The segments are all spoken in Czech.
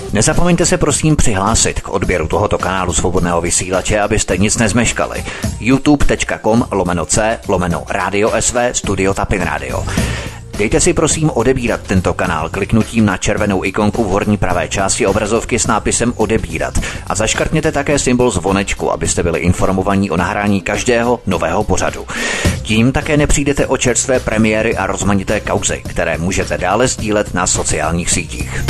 Nezapomeňte se prosím přihlásit k odběru tohoto kanálu Svobodného vysílače, abyste nic nezmeškali. youtube.com/c/Radio SV Studio Tapin Radio. Dejte si prosím odebírat tento kanál kliknutím na červenou ikonku v horní pravé části obrazovky s nápisem odebírat a zaškrtněte také symbol zvonečku, abyste byli informovaní o nahrání každého nového pořadu. Tím také nepřijdete o čerstvé premiéry a rozmanité kauzy, které můžete dále sdílet na sociálních sítích.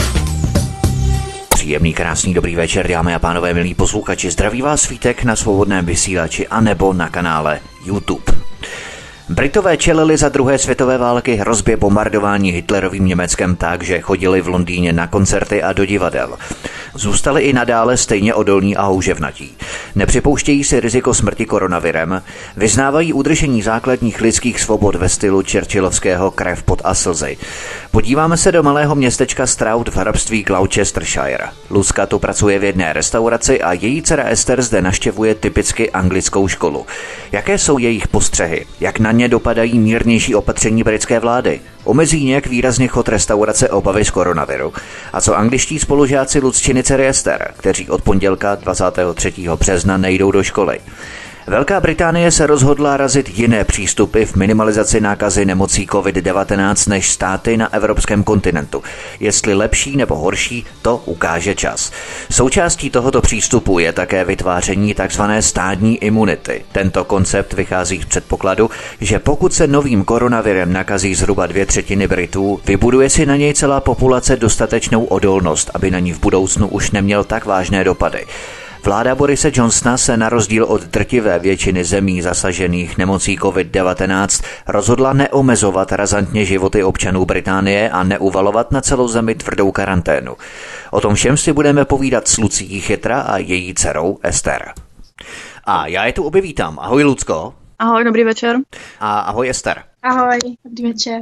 Příjemný, krásný, dobrý večer, dámy a pánové, milí posluchači. Zdraví vás Vítek na Svobodném vysílači a nebo na kanále YouTube. Britové čelili za druhé světové války hrozbě bombardování Hitlerovým Německem tak, že chodili v Londýně na koncerty a do divadel. Zůstali i nadále stejně odolní a houževnatí. Nepřipouštějí si riziko smrti koronavirem, vyznávají udržení základních lidských svobod ve stylu churchillovského krev, pot a slzy. Podíváme se do malého městečka Stroud v hrabství Gloucestershire. Luzka tu pracuje v jedné restauraci a její dcera Esther zde navštěvuje typicky anglickou školu. Jaké jsou jejich postřehy? Jak na ně dopadají mírnější opatření britské vlády? Omezí nějak výrazně chod restaurace obavy z koronaviru? A co angličtí spolužáci Lucčiny dcery Esther, kteří od pondělka 23. března nejdou do školy? Velká Británie se rozhodla razit jiné přístupy v minimalizaci nákazy nemocí COVID-19 než státy na evropském kontinentu. Jestli lepší nebo horší, to ukáže čas. Součástí tohoto přístupu je také vytváření tzv. Stádní imunity. Tento koncept vychází z předpokladu, že pokud se novým koronavirem nakazí zhruba 2/3 Britů, vybuduje si na něj celá populace dostatečnou odolnost, aby na ní v budoucnu už neměl tak vážné dopady. Vláda Borise Johnsona se na rozdíl od drtivé většiny zemí zasažených nemocí COVID-19 rozhodla neomezovat razantně životy občanů Británie a neuvalovat na celou zemi tvrdou karanténu. O tom všem si budeme povídat s Lucí Chytra a její dcerou Esther. A já je tu obě vítám. Ahoj Lucko. Ahoj, dobrý večer. A ahoj Esther. Ahoj, dobrý večer.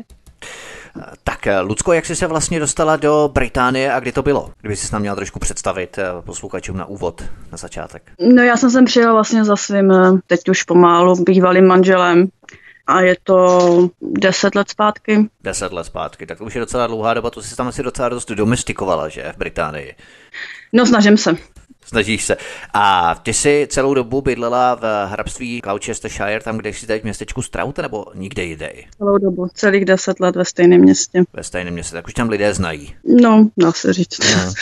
Tak, Lucko, jak jsi se vlastně dostala do Británie a kdy to bylo? Kdyby jsi nám měla trošku představit posluchačům na úvod, na začátek. No já jsem sem přijela vlastně za svým, teď už pomálu, bývalým manželem a je to 10 let zpátky. 10 let zpátky, tak to už je docela dlouhá doba, to jsi tam asi docela dost domestikovala, že, v Británii? No snažím se. Snažíš se. A ty jsi celou dobu bydlela v hrabství Gloucestershire, tam, kde jsi teď v městečku Stroud, nebo nikde jinde? Celou dobu, celých 10 let ve stejném městě. Ve stejném městě, tak už tam lidé znají. No, dá se říct.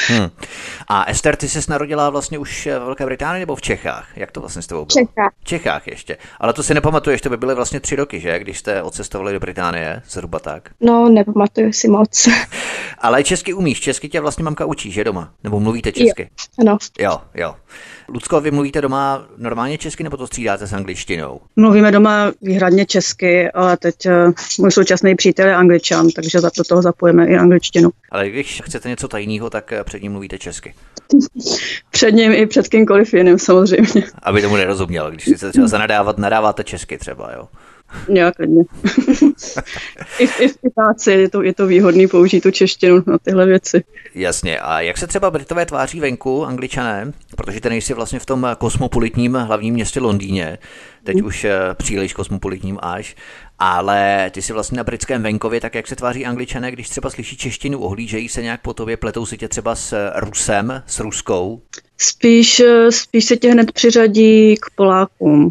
A Esther, ty jsi narodila vlastně už v Velké Británii nebo v Čechách? Jak to vlastně s tebou bylo? Čechách. V Čechách ještě. Ale to si nepamatuješ, to by byly vlastně 3 roky, že? Když jste odcestovali do Británie, zhruba tak. No, nepamatuju si moc. Ale česky umíš, česky tě vlastně mamka učí, že doma? Nebo mluvíte česky? Jo. Ano. Jo. Lucko, vy mluvíte doma normálně česky, nebo to střídáte s angličtinou? Mluvíme doma výhradně česky, ale teď můj současný přítel je Angličan, takže do toho zapojíme i angličtinu. Ale když chcete něco tajného, tak před ním mluvíte česky. Před ním i před kýmkoliv jiným samozřejmě. Aby tomu nerozuměl, když si třeba zanadávat, nadáváte česky třeba, jo? Jo, klidně. I v práci je to výhodný použít tu češtinu na tyhle věci. Jasně. A jak se třeba Britové tváří venku, Angličané? Protože ty nejsi vlastně v tom kosmopolitním hlavním městě Londýně, teď už příliš kosmopolitním až, ale ty jsi vlastně na britském venkově, tak jak se tváří Angličané, když třeba slyší češtinu, ohlížejí se nějak po tobě, pletou si tě třeba s Rusem, s Ruskou? Spíš se tě hned přiřadí k Polákům.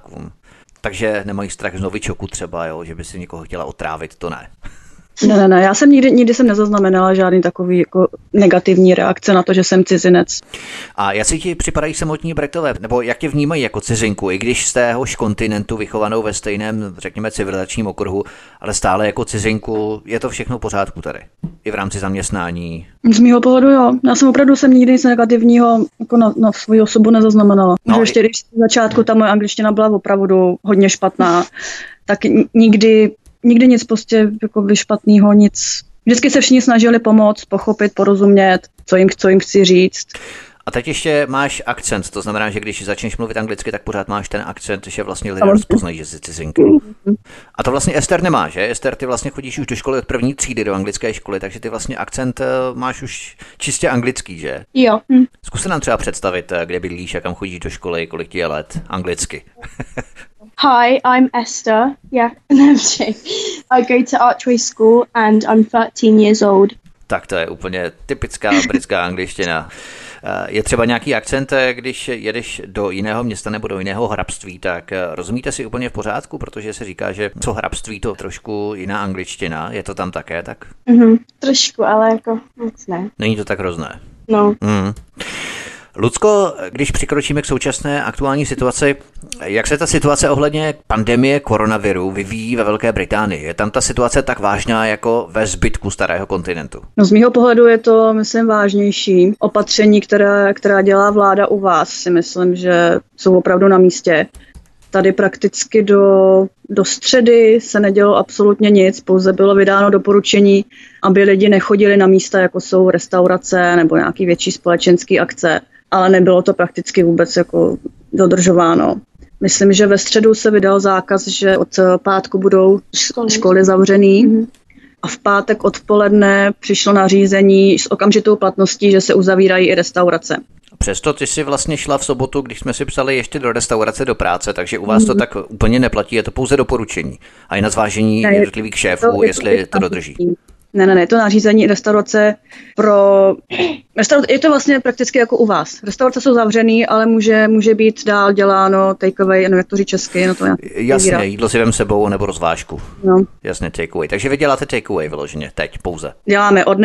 Takže nemají strach z novičoku třeba, jo, že by si někoho chtěla otrávit, to ne. Ne, já jsem nikdy jsem nezaznamenala žádný takový jako negativní reakce na to, že jsem cizinec. A jak si ti připadají samotní Britové, nebo jak tě vnímají jako cizinku, i když z téhož kontinentu vychovanou ve stejném, řekněme, civilizačním okruhu, ale stále jako cizinku, je to všechno v pořádku tady, i v rámci zaměstnání? Z mýho pohledu jo, já jsem opravdu nikdy nic negativního jako na svou osobu nezaznamenala. No, ještě když v začátku ta moje angličtina byla opravdu hodně špatná, tak nikdy nic prostě jako špatného, nic. Vždycky se všichni snažili pomoct, pochopit, porozumět, co jim chci říct. A teď ještě máš akcent, to znamená, že když začneš mluvit anglicky, tak pořád máš ten akcent, že vlastně lidé rozpoznají, že jsi cizinka. A to vlastně Esther nemá, že? Esther, ty vlastně chodíš už do školy od první třídy, do anglické školy, takže ty vlastně akcent máš už čistě anglický, že? Jo. Zkus se nám třeba představit, kde bydlíš a kam chodíš do školy, kolik ti je let, anglicky. Hi, I'm Esther. Yeah, no, I go to Archway School and I'm 13 years old. Tak to je úplně typická britská angličtina. Je třeba nějaký akcent, když jedeš do jiného města nebo do jiného hrabství, tak rozumíte si úplně v pořádku, protože se říká, že co hrabství, to trošku jiná angličtina. Je to tam také tak? Trošku, ale jako moc ne. Není to tak hrozné. No. Lucko, když přikročíme k současné aktuální situaci, jak se ta situace ohledně pandemie koronaviru vyvíjí ve Velké Británii? Je tam ta situace tak vážná jako ve zbytku starého kontinentu? No z mýho pohledu je to, myslím, vážnější. Opatření, která dělá vláda u vás, si myslím, že jsou opravdu na místě. Tady prakticky do středy se nedělo absolutně nic, pouze bylo vydáno doporučení, aby lidi nechodili na místa, jako jsou restaurace nebo nějaký větší společenský akce, ale nebylo to prakticky vůbec jako dodržováno. Myslím, že ve středu se vydal zákaz, že od pátku budou školy zavřený a v pátek odpoledne přišlo nařízení s okamžitou platností, že se uzavírají i restaurace. Přesto ty si vlastně šla v sobotu, když jsme si psali ještě do restaurace do práce, takže u vás to tak úplně neplatí, je to pouze doporučení a je na zvážení jednotlivých šéfů, jestli to dodrží. Ne, to nařízení restaurace je to vlastně prakticky jako u vás. Restaurace jsou zavřený, ale může být dál děláno takeaway, jak to říct česky. No to jasně, jídlo si vem sebou nebo rozvážku. No. Jasně, takeaway. Takže vy děláte takeaway vyloženě teď pouze. Děláme od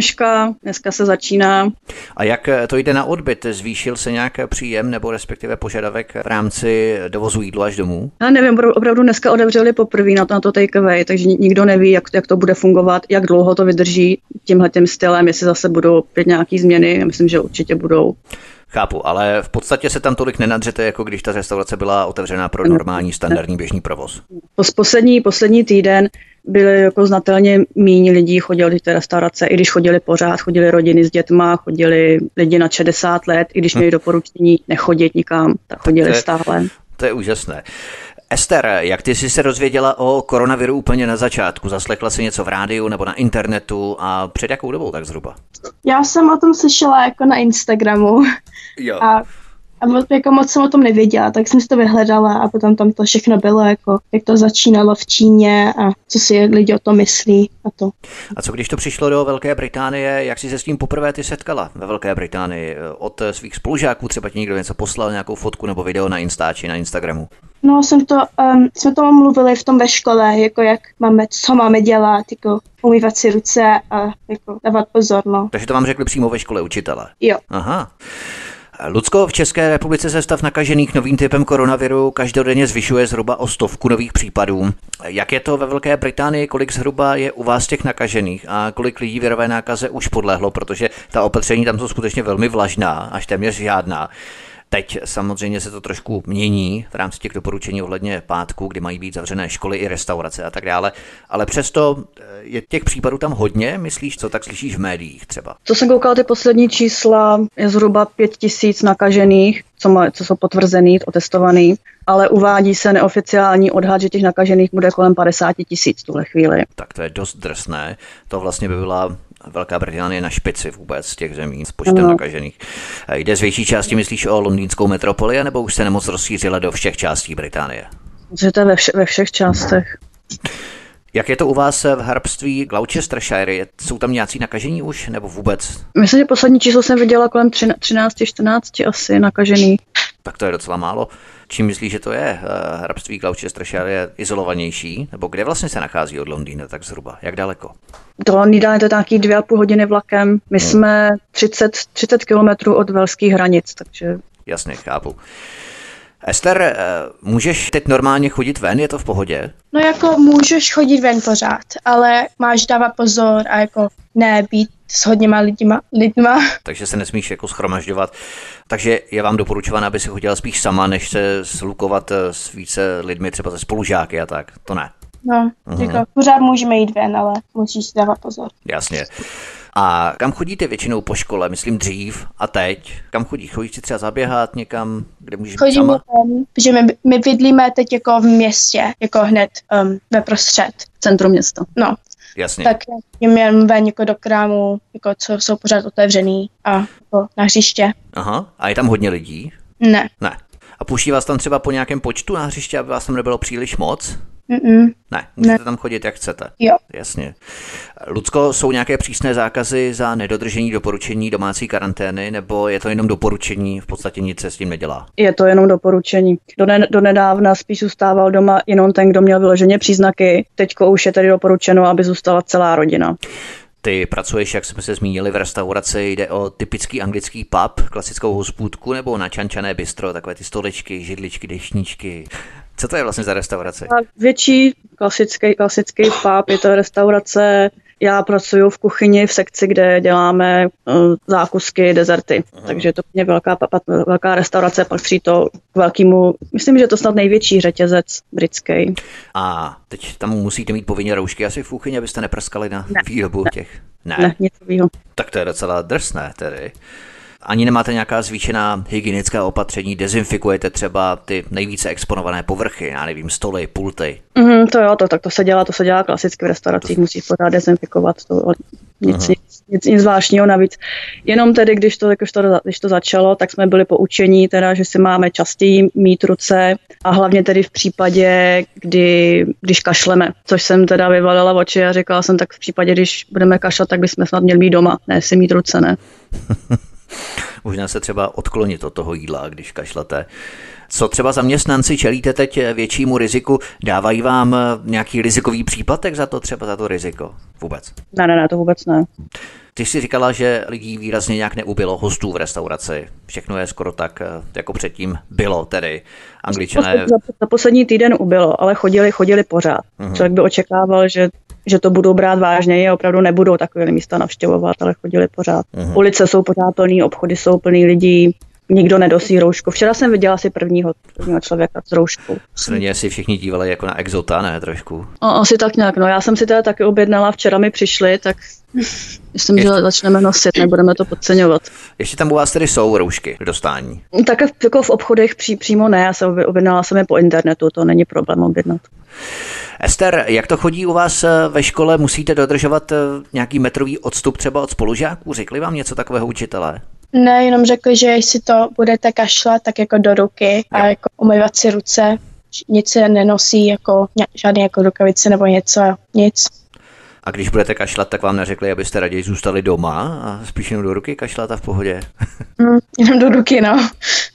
dneska se začíná. A jak to jde na odbyt? Zvýšil se nějak příjem nebo respektive požadavek v rámci dovozu jídla až domů? Já nevím, opravdu dneska otevřeli poprvé na to takeaway, takže nikdo neví, jak to bude fungovat, jak dlouho to vydrží tímhletím stylem, jestli zase budou opět nějaký změny, já myslím, že určitě budou. Chápu, ale v podstatě se tam tolik nenadřete, jako když ta restaurace byla otevřená pro normální standardní běžný provoz. Poslední týden byly jako znatelně míň lidí chodili do té restaurace, i když chodili pořád, chodili rodiny s dětma, chodili lidi na 60 let, i když měli doporučení nechodit nikam, tak chodili stále. To je úžasné. Ester, jak ty jsi se dozvěděla o koronaviru úplně na začátku? Zaslechla jsi něco v rádiu nebo na internetu a před jakou dobou tak zhruba? Já jsem o tom slyšela jako na Instagramu. Jo. A jako moc jsem o tom nevěděla, tak jsem si to vyhledala a potom tam to všechno bylo, jako jak to začínalo v Číně a co si lidi o tom myslí a to. A co když to přišlo do Velké Británie, jak jsi se s tím poprvé ty setkala ve Velké Británii? Od svých spolužáků třeba ti někdo něco poslal, nějakou fotku nebo video na Instači, na Instagramu? No, jsme to mluvili v tom ve škole, jako co máme dělat, jako umývat si ruce a jako dávat pozor, no. Takže to vám řekli přímo ve škole učitelé? Jo. Aha. Lucko, v České republice se stav nakažených novým typem koronaviru každodenně zvyšuje zhruba o 100 nových případů. Jak je to ve Velké Británii, kolik zhruba je u vás těch nakažených a kolik lidí virové nákaze už podlehlo, protože ta opatření tam jsou skutečně velmi vlažná, až téměř žádná. Teď samozřejmě se to trošku mění v rámci těch doporučení ohledně pátku, kdy mají být zavřené školy i restaurace a tak dále, ale přesto je těch případů tam hodně, myslíš, co tak slyšíš v médiích třeba? Co jsem koukala, ty poslední čísla, je zhruba 5000 nakažených, co jsou potvrzený, otestovaný, ale uvádí se neoficiální odhad, že těch nakažených bude kolem 50 000 v tuhle chvíli. Tak to je dost drsné, to vlastně by byla Velká Británie na špici vůbec z těch zemí s počtem nakažených. Jde z větší části, myslíš, o londýnskou metropoli, nebo už se nemoc rozšířila do všech částí Británie? Že to je ve všech částech. Jak je to u vás v hrabství Gloucestershire? Jsou tam nějací nakažení už, nebo vůbec? Myslím, že poslední číslo jsem viděla kolem 13-14 asi nakažených. Tak to je docela málo. Čím myslíš, že to je? Hrabství Gloucestershire je izolovanější? Nebo kde vlastně se nachází od Londýna tak zhruba? Jak daleko? Do Londýna je to nějaký 2,5 hodiny vlakem. My jsme 30 kilometrů od velských hranic, takže... Jasně, chápu. Ester, můžeš teď normálně chodit ven? Je to v pohodě? No jako můžeš chodit ven pořád, ale máš dávat pozor a jako ne být s hodněma lidma. Takže se nesmíš jako shromažďovat. Takže je vám doporučováno, aby si chodila spíš sama, než se slukovat s více lidmi, třeba se spolužáky a tak. To ne. No, jako pořád můžeme jít ven, ale musíš dávat pozor. Jasně. A kam chodíte většinou po škole? Myslím dřív a teď. Kam chodíš? Chodíš si třeba zaběhat někam, kde můžeš být sama? Protože my bydlíme teď jako v městě, jako hned ve prostřed. Centrum města. No. Jasně. Tak jdeme ven jako do krámu, jako co jsou pořád otevřený a jako na hřiště. Aha. A je tam hodně lidí? Ne. A puští vás tam třeba po nějakém počtu na hřiště, aby vás tam nebylo příliš moc? Ne, můžete tam chodit, jak chcete. Jo. Jasně. Lucko, jsou nějaké přísné zákazy za nedodržení doporučení domácí karantény, nebo je to jenom doporučení, v podstatě nic se s tím nedělá? Je to jenom doporučení. Do nedávna spíš zůstával doma jenom ten, kdo měl vyloženě příznaky. Teďko už je tady doporučeno, aby zůstala celá rodina. Ty pracuješ, jak jsme se zmínili, v restauraci, jde o typický anglický pub, klasickou hospůdku, nebo načančané bistro, takové ty stoličky, židličky, deštníčky. Co to je vlastně za restaurace? Větší klasický pub, je to restaurace. Já pracuji v kuchyni v sekci, kde děláme zákusky, dezerty. Takže je to mě velká restaurace, patří to k velkému, myslím, že je to snad největší řetězec britský. A teď tam musíte mít povinně roušky asi v kuchyni, abyste neprskali na výrobu těch. Ne, nic takového. Tak to je docela drsné tedy. Ani nemáte nějaká zvýšená hygienická opatření, dezinfikujete třeba ty nejvíce exponované povrchy, já nevím, stoly, pulty. To jo, to se dělá klasicky v restauracích, musí pořád dezinfikovat, nic zvláštního navíc. Jenom tedy, když to začalo, tak jsme byli poučení, teda, že si máme častěji mít ruce a hlavně tedy v případě, když kašleme, což jsem teda vyvalila oči a říkala jsem, tak v případě, když budeme kašlat, tak bychom snad měli být doma, ne si mít ruce, ne. Možná se třeba odklonit od toho jídla, když kašlete. Co třeba zaměstnanci, čelíte teď většímu riziku? Dávají vám nějaký rizikový příplatek za to riziko? Vůbec? Ne, to vůbec ne. Ty jsi říkala, že lidí výrazně nějak neubylo, hostů v restauraci. Všechno je skoro tak, jako předtím bylo tedy. Angličané... Za poslední týden ubylo, ale chodili pořád. Člověk by očekával, že to budou brát vážněji a opravdu nebudou takové místa navštěvovat, ale chodili pořád. Ulice jsou pořád plný, obchody jsou plný lidí, nikdo nedosí roušku. Včera jsem viděla asi prvního člověka s rouškou. Sledně si všichni dívali jako na Exota, ne trošku? Asi tak nějak, no já jsem si teda taky objednala, včera mi přišli, tak myslím, že začneme nosit, nebudeme to podceňovat. Ještě tam u vás tedy jsou roušky k dostání? Tak jako v obchodech přímo ne, já jsem objednala jsem je po internetu, to není problém objednat. Ester, jak to chodí u vás ve škole? Musíte dodržovat nějaký metrový odstup třeba od spolužáků? Řekli vám něco takového učitelé? Ne, jenom řekli, že jestli to budete kašlat, tak jako do ruky a jako umývat si ruce. Nic se nenosí, jako žádné jako rukavice nebo nic. A když budete kašlat, tak vám neřekli, abyste raději zůstali doma a spíš jenom do ruky kašlat a v pohodě? Jenom do ruky, no.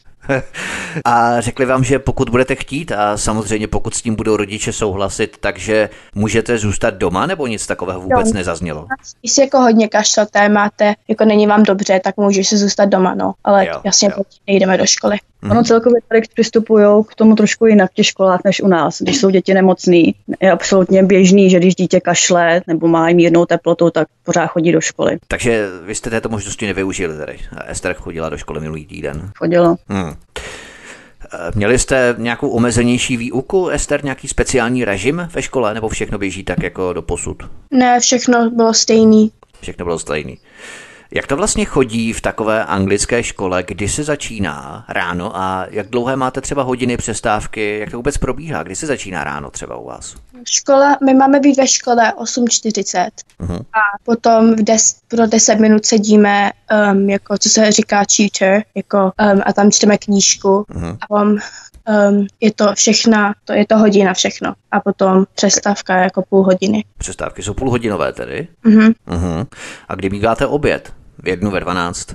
A řekli vám, že pokud budete chtít a samozřejmě pokud s tím budou rodiče souhlasit, takže můžete zůstat doma, nebo nic takového vůbec nezaznělo? Jestli jako hodně kašlaté máte, jako není vám dobře, tak můžeš se zůstat doma, no. Ale jasně, nejdeme do školy. Ono celkově tady přistupují k tomu trošku jinak v těch školách než u nás. Když jsou děti nemocný, je absolutně běžný, že když dítě kašle nebo má mírnou teplotu, tak pořád chodí do školy. Takže vy jste této možnosti nevyužili tady. Ester chodila do školy minulý týden. Chodila. Měli jste nějakou omezenější výuku, Ester, nějaký speciální režim ve škole, nebo všechno běží tak jako doposud? Ne, všechno bylo stejný. Všechno bylo stejný. Jak to vlastně chodí v takové anglické škole, kdy se začíná ráno a jak dlouhé máte třeba hodiny přestávky, jak to vůbec probíhá, kdy se začíná ráno třeba u vás? My máme být ve škole 8:40 a potom pro 10 minut sedíme, jako co se říká tutor, jako, a tam čteme knížku a potom je to všechna, je to hodina všechno a potom přestávka jako půl hodiny. Přestávky jsou půlhodinové tedy? A kdy míváte oběd? V 1, ve 12?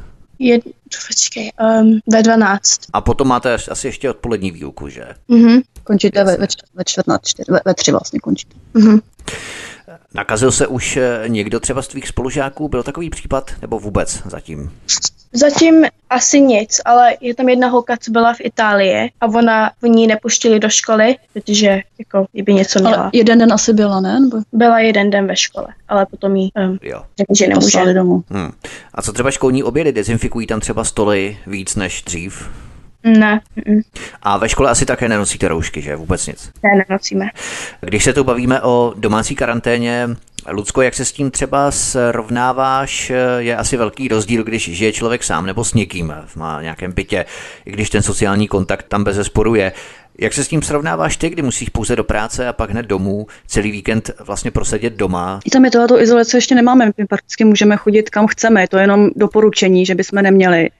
Ve 12. A potom máte asi ještě odpolední výuku, že? Končíte ve 4:45, ve 3 vlastně končíte. Nakazil se už někdo třeba z tvých spolužáků? Byl takový případ? Nebo vůbec zatím? Zatím asi nic, ale je tam jedna holka, co byla v Itálii a oni ji nepuštili do školy, protože jako by něco měla. Ale jeden den asi byla, ne? Nebo... Byla jeden den ve škole, ale potom jí řekli, že nemůže. Domů. A co třeba školní obědy? Dezinfikují tam třeba stoly víc než dřív? Ne. A ve škole asi také nenosíte roušky, že? Vůbec nic? Ne, nenosíme. Když se tu bavíme o domácí karanténě, Lucko, jak se s tím třeba srovnáváš? Je asi velký rozdíl, když žije člověk sám nebo s někým v nějakém bytě, i když ten sociální kontakt tam bezesporu je. Jak se s tím srovnáváš ty, kdy musíš pouze do práce a pak hned domů, celý víkend vlastně prosedět doma? I tam je tohleto izolace ještě nemáme, my prakticky můžeme chodit kam chceme, je to jenom doporučení, že bychom neměli.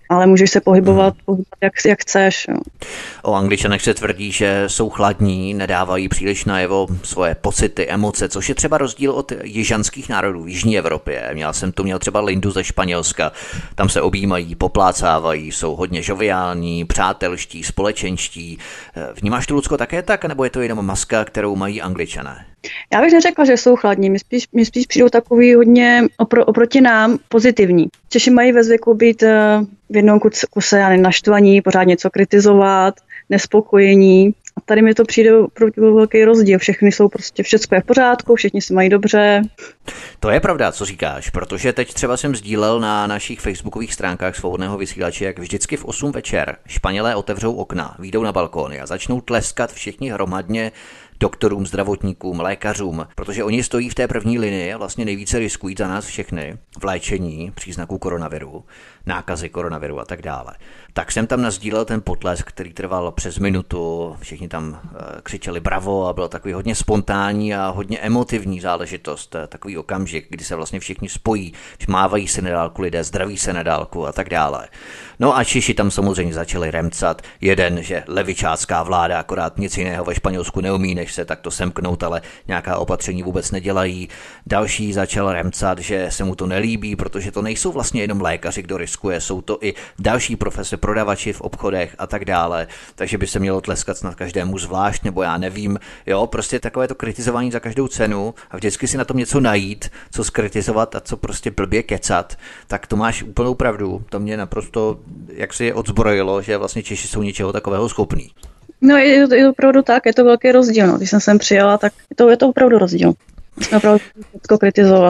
ale můžeš se pohybovat jak chceš. Jo. O Angličanech se tvrdí, že jsou chladní, nedávají příliš najevo svoje pocity, emoce, což je třeba rozdíl od jižanských národů v jižní Evropě. Měl třeba Lindu ze Španělska, tam se objímají, poplácávají, jsou hodně žoviální, přátelští, společenští. Vnímáš to, Lucko, také tak, nebo je to jenom maska, kterou mají Angličané? Já bych neřekla, že jsou chladní, mi spíš přijdou takový hodně oproti nám pozitivní. Češi mají ve zvyku být v jednom kuse naštvaní, pořád něco kritizovat, nespokojení. A tady mi to přijde opravdu velký rozdíl. Všechny jsou prostě, všechno je v pořádku, všichni se mají dobře. To je pravda, co říkáš, protože teď třeba jsem sdílel na našich facebookových stránkách Svobodného vysílače, jak vždycky v 8 večer Španělé otevřou okna, vyjdou na balkóny a začnou tleskat všichni hromadně doktorům, zdravotníkům, lékařům, protože oni stojí v té první linii a vlastně nejvíce riskují za nás všechny v léčení příznaků koronaviru, nákazy koronaviru a tak dále. Tak jsem tam nasdílel ten potlesk, který trval přes minutu, všichni tam křičeli bravo a bylo takový hodně spontánní a hodně emotivní záležitost, takový okamžik, kdy se vlastně všichni spojí, mávají se na dálku lidé, zdraví se na dálku a tak dále. No a Češi tam samozřejmě začali remcat. Jeden, že levičácká vláda akorát nic jiného ve Španělsku neumí, než se takto semknout, ale nějaká opatření vůbec nedělají. Další začal remcat, že se mu to nelíbí, protože to nejsou vlastně jenom lékaři, kdo riskuje, jsou to i další profese, prodavači v obchodech a tak dále. Takže by se mělo tleskat snad každému zvlášť, nebo já nevím. Jo, prostě takové to kritizování za každou cenu a vždycky si na tom něco najít, co skritizovat a co prostě blbě kecat. Tak to máš úplnou pravdu. To mě naprosto jak si je odzbrojilo, že vlastně Češi jsou něčeho takového schopní. No je to opravdu tak, je to velký rozdíl. No. Když jsem sem přijela, tak je to opravdu rozdíl. Musíme opravdu všechno kritizovat.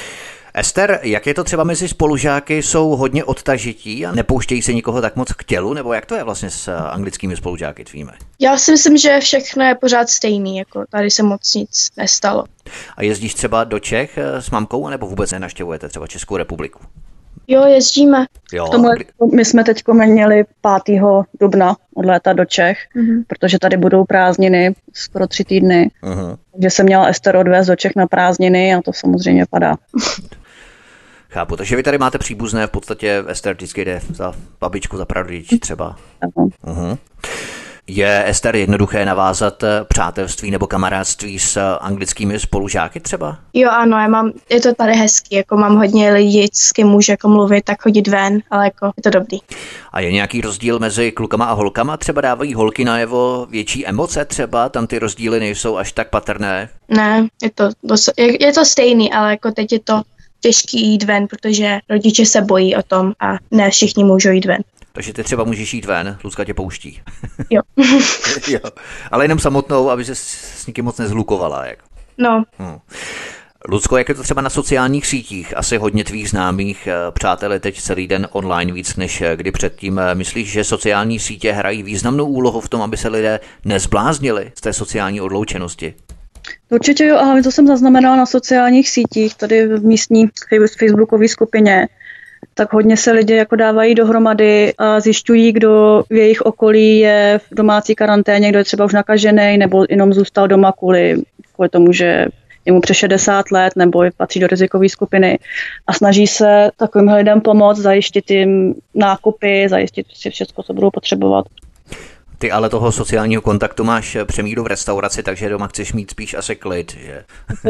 Ester, jak je to třeba mezi spolužáky, jsou hodně odtažití a nepouštějí se nikoho tak moc k tělu, nebo jak to je vlastně s anglickými spolužáky tvými? Já si myslím, že všechno je pořád stejný, jako tady se moc nic nestalo. A jezdíš třeba do Čech s mamkou, nebo vůbec nenaštěvujete třeba Českou republiku? Jo, jezdíme. Jo. My jsme teď měli 5. dubna odlétat do Čech, protože tady budou prázdniny skoro 3 týdny. Takže jsem měla Ester odvést do Čech na prázdniny a to samozřejmě padá. Chápu, takže vy tady máte příbuzné, v podstatě Ester vždycky jde za babičku, za prarodiči třeba. Je, Ester, jednoduché navázat přátelství nebo kamarádství s anglickými spolužáky třeba? Jo, ano, je to tady hezký, jako mám hodně lidí, s kým můžu jako mluvit, tak chodit ven, ale jako je to dobrý. A je nějaký rozdíl mezi klukama a holkama? Třeba dávají holky najevo větší emoce třeba? Tam ty rozdíly nejsou až tak patrné? Ne, je to stejný, ale jako teď je to těžký jít ven, protože rodiče se bojí o tom a ne všichni můžou jít ven. Takže ty třeba můžeš jít ven, Lucka tě pouští. Jo. Jo. Ale jenom samotnou, aby se s nikým moc nezhlukovala. Jako. No. Lucko, jak je to třeba na sociálních sítích? Asi hodně tvých známých přátel je teď celý den online víc než kdy předtím. Myslíš, že sociální sítě hrají významnou úlohu v tom, aby se lidé nezbláznili z té sociální odloučenosti? Určitě jo, ale to jsem zaznamenala na sociálních sítích, tady v místní facebookové skupině. Tak hodně se lidé jako dávají dohromady a zjišťují, kdo v jejich okolí je v domácí karanténě, kdo je třeba už nakažený nebo jenom zůstal doma kvůli tomu, že je mu přes 60 let nebo patří do rizikové skupiny a snaží se takovým lidem pomoct, zajistit jim nákupy, zajistit si všechno, co budou potřebovat. Ty ale toho sociálního kontaktu máš přemíru v restauraci, takže doma chceš mít spíš asi klid, že?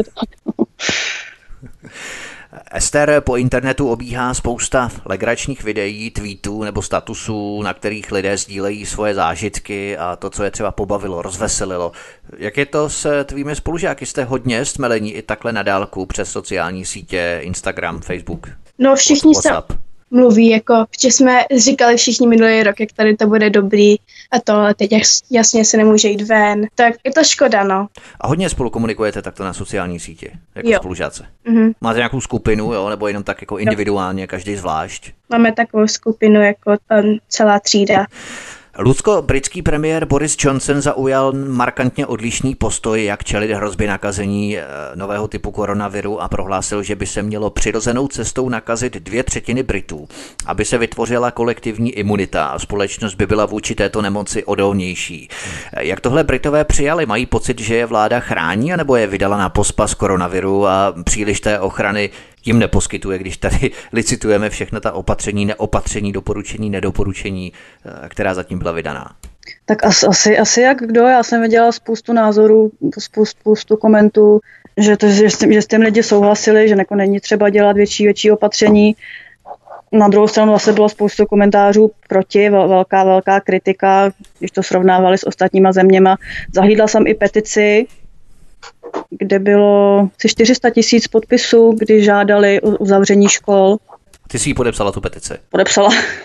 Ester, po internetu obíhá spousta legračních videí, tweetů nebo statusů, na kterých lidé sdílejí svoje zážitky a to, co je třeba pobavilo, rozveselilo. Jak je to s tvými spolužáky? Jste hodně stmelení i takhle na dálku přes sociální sítě, Instagram, Facebook? No všichni se mluví, jako, že jsme říkali všichni minulý rok, jak tady to bude dobrý a to, ale teď jasně se nemůže jít ven, tak je to škoda, no. A hodně spolu komunikujete takto na sociální sítě, jako spolužáci? Máte nějakou skupinu, jo, nebo jenom tak jako individuálně, každý zvlášť? Máme takovou skupinu jako celá třída. Lucko, britský premiér Boris Johnson zaujal markantně odlišný postoj, jak čelit hrozbě nakazení nového typu koronaviru a prohlásil, že by se mělo přirozenou cestou nakazit 2/3 Britů, aby se vytvořila kolektivní imunita a společnost by byla vůči této nemoci odolnější. Jak tohle Britové přijali? Mají pocit, že je vláda chrání, anebo je vydala na pospas koronaviru a příliš té ochrany jim neposkytuje, když tady licitujeme všechna ta opatření, neopatření, doporučení, nedoporučení, která zatím byla vydaná? Tak asi jak kdo, já jsem viděla spoustu názorů, spoustu komentů, že s tím lidi souhlasili, že není třeba dělat větší opatření. Na druhou stranu zase bylo spoustu komentářů proti, velká kritika, když to srovnávali s ostatníma zeměma. Zahlídla jsem i petici, kde bylo 400 000 podpisů, kdy žádali o uzavření škol. Ty jsi ji podepsala, tu petici? Podepsala.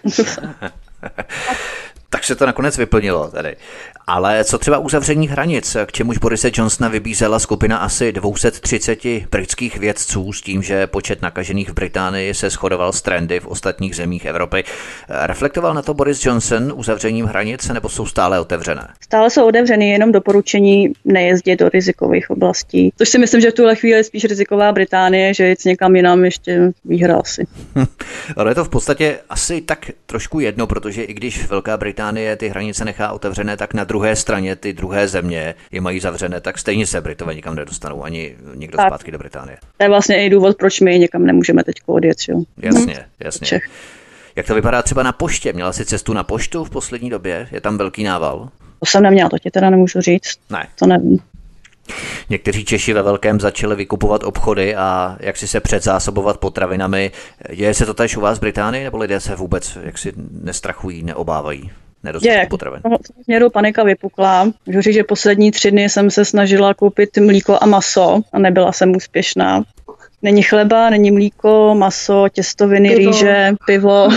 Tak se to nakonec vyplnilo tady. Ale co třeba uzavření hranic, k čemuž Borise Johnsona vybízela skupina asi 230 britských vědců s tím, že počet nakažených v Británii se shodoval s trendy v ostatních zemích Evropy. Reflektoval na to Boris Johnson uzavřením hranic, nebo jsou stále otevřené? Stále jsou otevřený, jenom doporučení nejezdit do rizikových oblastí. Což si myslím, že v tuhle chvíli je spíš riziková Británie, že jít někam jinam ještě výhra asi. Ale je to v podstatě asi tak trošku jedno, protože i když Velká Británie ty hranice nechá otevřené, tak na druhé straně ty druhé země je mají zavřené, tak stejně se Britové nikam nedostanou, ani nikdo zpátky do Británie. To je vlastně i důvod, proč my někam nemůžeme teď odjet. Jo? Jasně. Čech. Jak to vypadá třeba na poště? Měla jsi cestu na poštu v poslední době? Je tam velký nával? To jsem neměla, to ti teda nemůžu říct. Ne. To nevím. Někteří Češi ve velkém začali vykupovat obchody a jak si se předzásobovat potravinami. Je se to též u vás v Británii, nebo lidé se vůbec jaksi nestrachují, neobávají nedostatku potravin? V směru panika vypukla. Můžu říct, že poslední 3 dny jsem se snažila koupit mlíko a maso a nebyla jsem úspěšná. Není chleba, není mlíko, maso, těstoviny, rýže, pivo.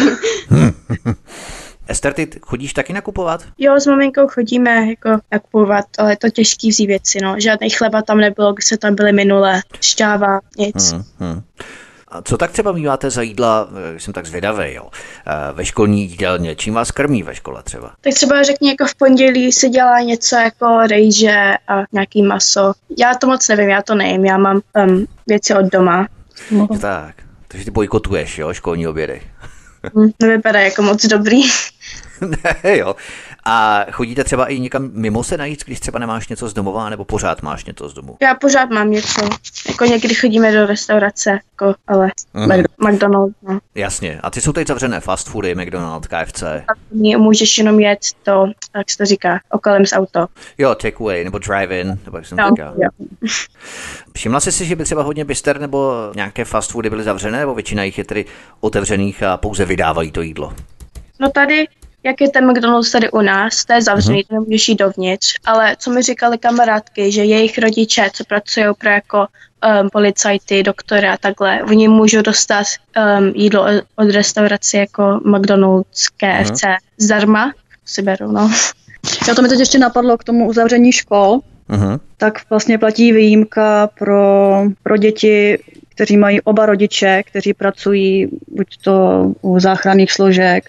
Ester, ty chodíš taky nakupovat? Jo, s maminkou chodíme jako nakupovat, ale je to těžký vzít věci, no. Žádný chleba tam nebylo, když se tam byly minule, šťáva, nic. A co tak třeba míváte za jídla, jsem tak zvědavý, jo, ve školní jídelně? Čím vás krmí ve škole třeba? Tak třeba řekni, jako v pondělí se dělá něco jako rejže a nějaký maso. Já to moc nevím, já to nejím, já mám věci od doma. Tak, takže ty bojkotuješ, jo, školní obědy. Nevypadá jako moc dobrý. Ne, jo. A chodíte třeba i někam mimo se najít, když třeba nemáš něco z domova, nebo pořád máš něco z domu? Já pořád mám něco. Jako někdy chodíme do restaurace, jako, ale McDonald's, no. Jasně. A ty jsou teď zavřené fast foody, McDonald's, KFC? Můžeš jenom jet to, jak se to říká, okolem z auto. Jo, takeaway, nebo drive-in, nebo jak jsem říkal. Všimla jsi si, že by třeba hodně bister nebo nějaké fast foody byly zavřené, nebo většina jich je tedy otevřených a pouze vydávají to jídlo? No tady, jak je ten McDonald's tady u nás, to je zavřený, to nemůžeš jít dovnitř, ale co mi říkali kamarádky, že jejich rodiče, co pracují pro jako policajty, doktory a takhle, oni můžou dostat jídlo od restaurace jako McDonald's, KFC zdarma, si berou, no. Já to mi teď ještě napadlo k tomu uzavření škol, tak vlastně platí výjimka pro děti, kteří mají oba rodiče, kteří pracují buď to u záchranných složek,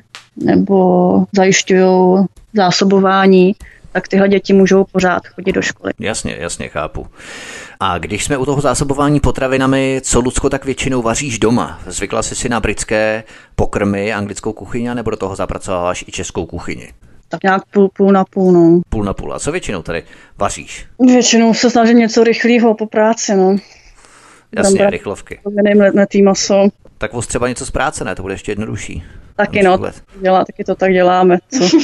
nebo zajišťují zásobování, tak tyhle děti můžou pořád chodit do školy. Jasně, chápu. A když jsme u toho zásobování potravinami, co, Lucko, tak většinou vaříš doma? Zvykla jsi si na britské pokrmy, anglickou kuchyni, nebo do toho zapracováváš i českou kuchyni? Tak nějak půl na půl, no. Půl na půl. A co většinou tady vaříš? Většinou se snažím něco rychlého po práci, no. Jasně, rychlovky. Letnetý maso. Tak třeba něco z práce, ne? To bude ještě jednodušší. Taky no, taky to tak děláme.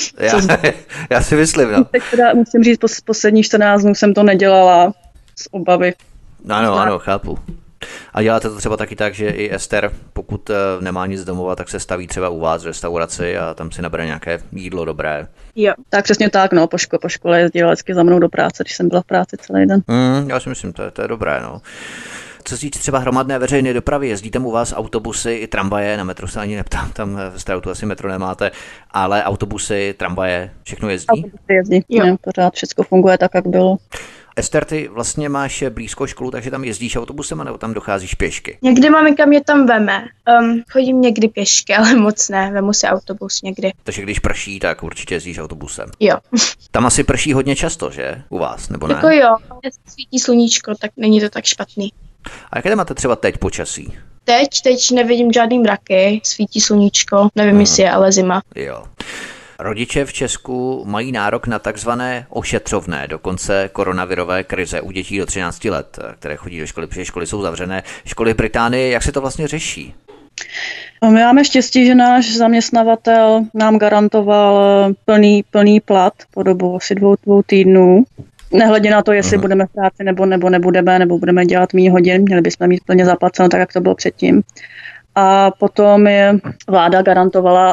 Já si myslím, no. Teď teda musím říct, poslední 14 dnů jsem to nedělala z obavy. Ano, chápu. A děláte to třeba taky tak, že i Ester, pokud nemá nic domova, tak se staví třeba u vás v restauraci a tam si nabere nějaké jídlo dobré. Jo, tak přesně tak, no, po škole jezdila vždycky za mnou do práce, když jsem byla v práci celý den. Já si myslím, to je dobré, no. Co se týče třeba hromadné veřejné dopravy, jezdí tam u vás autobusy i tramvaje, na metro se ani neptám, tam v Stroutu asi metro nemáte, ale autobusy, tramvaje, všechno jezdí? Autobusy jezdí, jo. Pořád všechno funguje tak, jak bylo. Ester, ty vlastně máš blízko školu, takže tam jezdíš autobusem, nebo tam docházíš pěšky? Někdy maminka mě tam veme. Chodím někdy pěšky, ale moc ne. Vemu si autobus někdy. Takže když prší, tak určitě jezdíš autobusem. Jo. Tam asi prší hodně často, že? U vás, nebo ne? Jako jo. Svítí sluníčko, tak není to tak špatný. A jaké máte třeba teď počasí? Teď nevidím žádný mraky, svítí sluníčko, nevím, jestli je ale zima. Jo. Rodiče v Česku mají nárok na takzvané ošetřovné do konce koronavirové krize u dětí do 13 let, které chodí do školy, protože školy jsou zavřené. Školy v Británii, jak se to vlastně řeší? My máme štěstí, že náš zaměstnavatel nám garantoval plný plat po dobu asi 2 týdnů. Nehledě na to, jestli budeme v práci nebo nebudeme, nebo budeme dělat méně hodin, měli bychom mít plně zaplaceno, tak jak to bylo předtím. A potom je vláda garantovala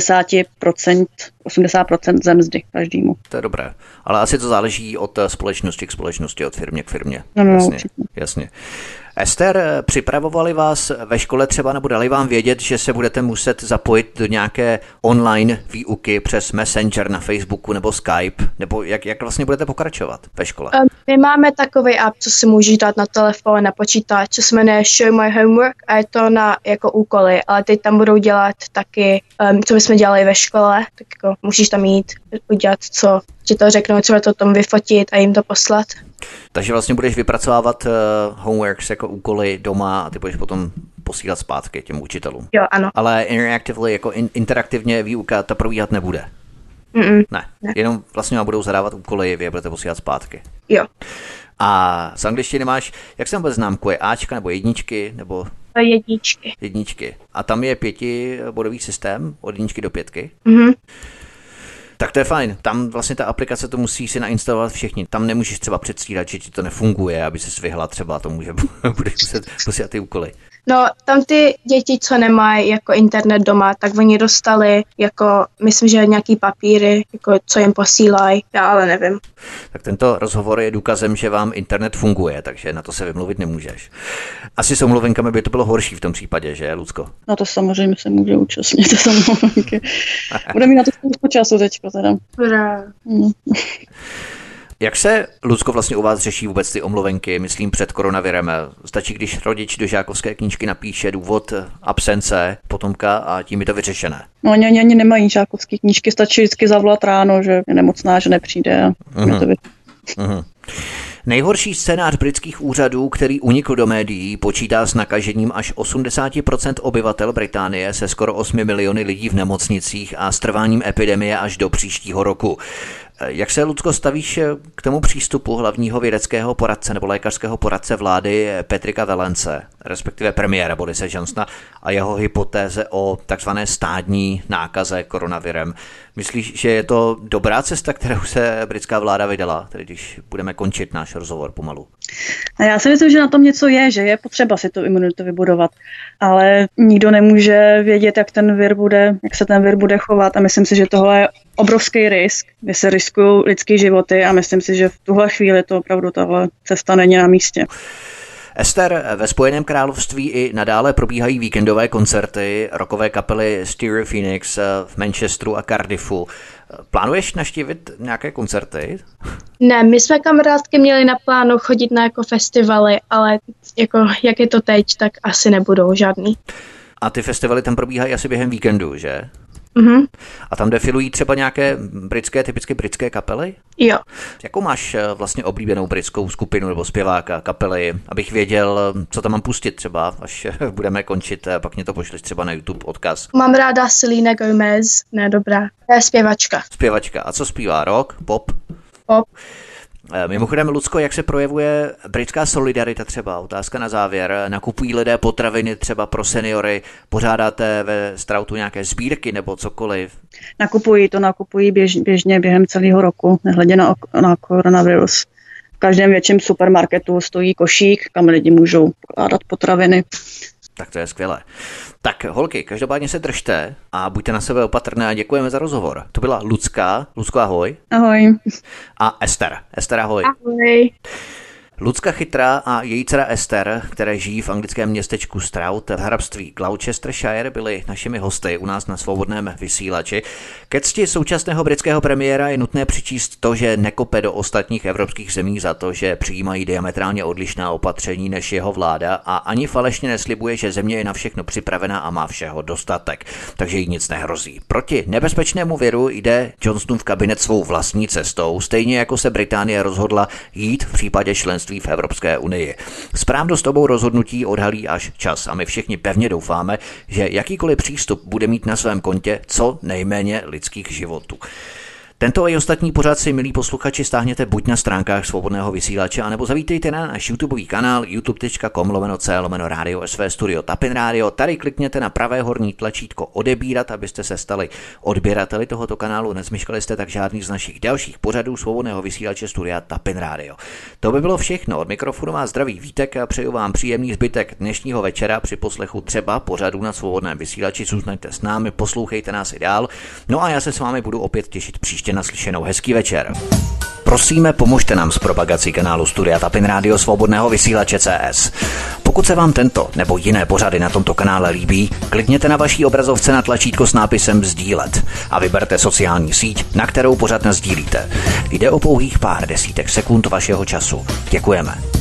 80% ze mzdy každému. To je dobré, ale asi to záleží od společnosti k společnosti, od firmě k firmě. No, jasně. Ester, připravovali vás ve škole třeba, nebo dali vám vědět, že se budete muset zapojit do nějaké online výuky přes Messenger na Facebooku nebo Skype, nebo jak vlastně budete pokračovat ve škole? My máme takový app, co si můžeš dát na telefon, na počítač, co se jmenuje Show My Homework a je to na jako úkoly, ale teď tam budou dělat taky, co bychom dělali ve škole, tak jako musíš tam jít, udělat, co ti to řeknou, třeba to tam vyfotit a jim to poslat. Takže vlastně budeš vypracovávat homeworks jako úkoly doma a ty budeš potom posílat zpátky těm učitelům. Jo, ano. Ale interactively, jako interaktivně výuka, ta probíhat nebude. Ne, jenom vlastně vám budou zadávat úkoly, vy je budete posílat zpátky. Jo. A z angličtiny máš, jak se tam bude známku, je Ačka nebo jedničky, nebo... Jedničky. A tam je 5bodový systém, od 1 do 5. Tak to je fajn. Tam vlastně ta aplikace to musí si nainstalovat všichni. Tam nemůžeš třeba předstírat, že ti to nefunguje, aby se vyhla třeba tomu, že budeš muset posílat ty úkoly. No, tam ty děti, co nemají jako internet doma, tak oni dostali jako, myslím, že nějaký papíry, jako co jim posílají, já ale nevím. Tak tento rozhovor je důkazem, že vám internet funguje, takže na to se vymluvit nemůžeš. Asi s omluvenkami by to bylo horší v tom případě, že, Lucko? No to samozřejmě se může účastnit, to omluvenky. Bude mi na to spoustu času teďko teda. Jak se, Lucko, vlastně u vás řeší vůbec ty omluvenky, myslím před koronavirem? Stačí, když rodič do žákovské knížky napíše důvod absence potomka a tím je to vyřešené? No oni ani nemají žákovské knížky, stačí vždycky zavolat ráno, že je nemocná, že nepřijde. Nejhorší scénář britských úřadů, který unikl do médií, počítá s nakažením až 80% obyvatel Británie se skoro 8 miliony lidí v nemocnicích a s trváním epidemie až do příštího roku. Jak se, Lucko, stavíš k tomu přístupu hlavního vědeckého poradce nebo lékařského poradce vlády Patricka Vallance, respektive premiéra Borise Johnsona a jeho hypotéze o takzvané stádní nákaze koronavirem? Myslíš, že je to dobrá cesta, kterou se britská vláda vydala, tedy když budeme končit náš rozhovor pomalu? Já si myslím, že na tom něco je, že je potřeba si tu imunitu vybudovat, ale nikdo nemůže vědět, jak se ten vir bude chovat a myslím si, že tohle je obrovský risk, kdy se riskují lidské životy a myslím si, že v tuhle chvíli to opravdu tahle cesta není na místě. Ester, ve Spojeném království i nadále probíhají víkendové koncerty rockové kapely Stereo Phoenix v Manchesteru a Cardiffu. Plánuješ navštívit nějaké koncerty? Ne, my jsme kamarádky měli na plánu chodit na jako festivaly, ale jako jak je to teď, tak asi nebudou žádný. A ty festivaly tam probíhají asi během víkendu, že? A tam defilují třeba nějaké typicky britské kapely? Jo. Jakou máš vlastně oblíbenou britskou skupinu nebo zpěváka, kapely, abych věděl, co tam mám pustit třeba, až budeme končit, pak mě to pošleš třeba na YouTube odkaz. Mám ráda Selena Gomez, ne dobrá, to je zpěvačka. Zpěvačka. A co zpívá? Rock? Pop? Pop. Mimochodem, Lucko, jak se projevuje britská solidarita třeba? Otázka na závěr. Nakupují lidé potraviny třeba pro seniory? Pořádáte ve Stroutu nějaké sbírky nebo cokoliv? Nakupují běžně během celého roku, nehledě na koronavirus. V každém větším supermarketu stojí košík, kam lidi můžou pokládat potraviny. Tak to je skvělé. Tak holky, každopádně se držte a buďte na sebe opatrné a děkujeme za rozhovor. To byla Lucka. Lucko, ahoj. Ahoj. A Ester. Ester, ahoj. Ahoj. Lucka Chytrá a její dcera Ester, které žijí v anglickém městečku Stroud v hrabství Gloucestershire, byli našimi hosty u nás na Svobodném vysílači. Ke cti současného britského premiéra je nutné přičíst to, že nekope do ostatních evropských zemí za to, že přijímají diametrálně odlišná opatření než jeho vláda a ani falešně neslibuje, že země je na všechno připravená a má všeho dostatek, takže jí nic nehrozí. Proti nebezpečnému viru jde Johnsonův kabinet svou vlastní cestou, stejně jako se Británie rozhodla jít v případě členství členství v Evropské unii. Správnost obou rozhodnutí odhalí až čas a my všichni pevně doufáme, že jakýkoliv přístup bude mít na svém kontě co nejméně lidských životů. Tento i ostatní pořad si, milí posluchači, stáhněte buď na stránkách Svobodného vysílače, anebo zavítejte na náš YouTubeový kanál youtube.com/radio SV Studio Tapin Radio. Tady klikněte na pravé horní tlačítko odebírat, abyste se stali odběrateli tohoto kanálu. Nezmeškali jste tak žádný z našich dalších pořadů Svobodného vysílače Studia Tapin Radio. To by bylo všechno. Od mikrofonu vás zdraví Vítek a přeju vám příjemný zbytek dnešního večera při poslechu třeba pořadu na Svobodném vysílači. Zůstaňte s námi, poslouchejte nás i dál. No a já se s vámi budu opět těšit příště. Naslyšenou, hezký večer. Prosíme, pomožte nám s propagací kanálu Studia Tapin Radio Svobodného vysílače CS. Pokud se vám tento nebo jiné pořady na tomto kanále líbí, klikněte na vaší obrazovce na tlačítko s nápisem sdílet a vyberte sociální síť, na kterou pořad nasdílíte. Jde o pouhých pár desítek sekund vašeho času. Děkujeme.